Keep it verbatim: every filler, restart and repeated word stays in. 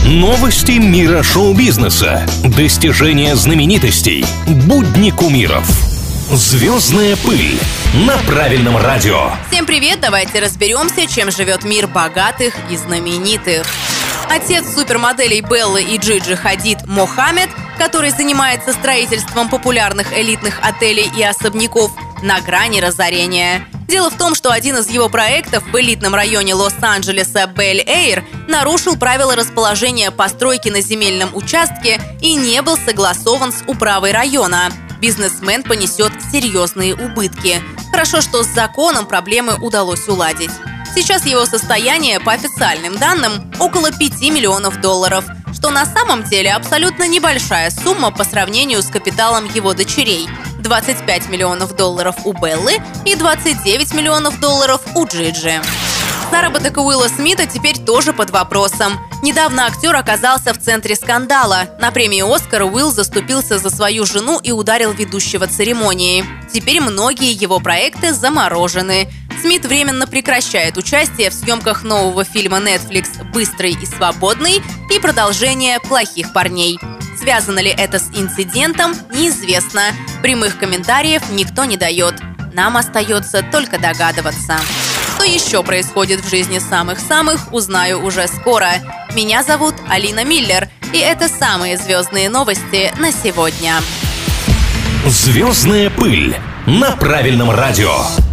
Новости мира шоу-бизнеса, достижения знаменитостей, будни кумиров. «Звездная пыль» на правильном радио. Всем привет, давайте разберемся, чем живет мир богатых и знаменитых. Отец супермоделей Беллы и Джиджи Хадид Мохаммед, который занимается строительством популярных элитных отелей и особняков, на грани разорения. Дело в том, что один из его проектов в элитном районе Лос-Анджелеса Бель-Эйр нарушил правила расположения постройки на земельном участке и не был согласован с управой района. Бизнесмен понесет серьезные убытки. Хорошо, что с законом проблемы удалось уладить. Сейчас его состояние, по официальным данным, около пяти миллионов долларов, что на самом деле абсолютно небольшая сумма по сравнению с капиталом его дочерей – двадцать пять миллионов долларов у Беллы и двадцать девять миллионов долларов у Джиджи. Заработок Уилла Смита теперь тоже под вопросом. Недавно актер оказался в центре скандала. На премии «Оскар» Уилл заступился за свою жену и ударил ведущего церемонии. Теперь многие его проекты заморожены. Смит временно прекращает участие в съемках нового фильма Netflix «Быстрый и свободный» и продолжение «Плохих парней». Связано ли это с инцидентом, неизвестно. Прямых комментариев никто не дает. Нам остается только догадываться. Что еще происходит в жизни самых-самых, узнаю уже скоро. Меня зовут Алина Миллер, и это самые звездные новости на сегодня. «Звездная пыль» на правильном радио.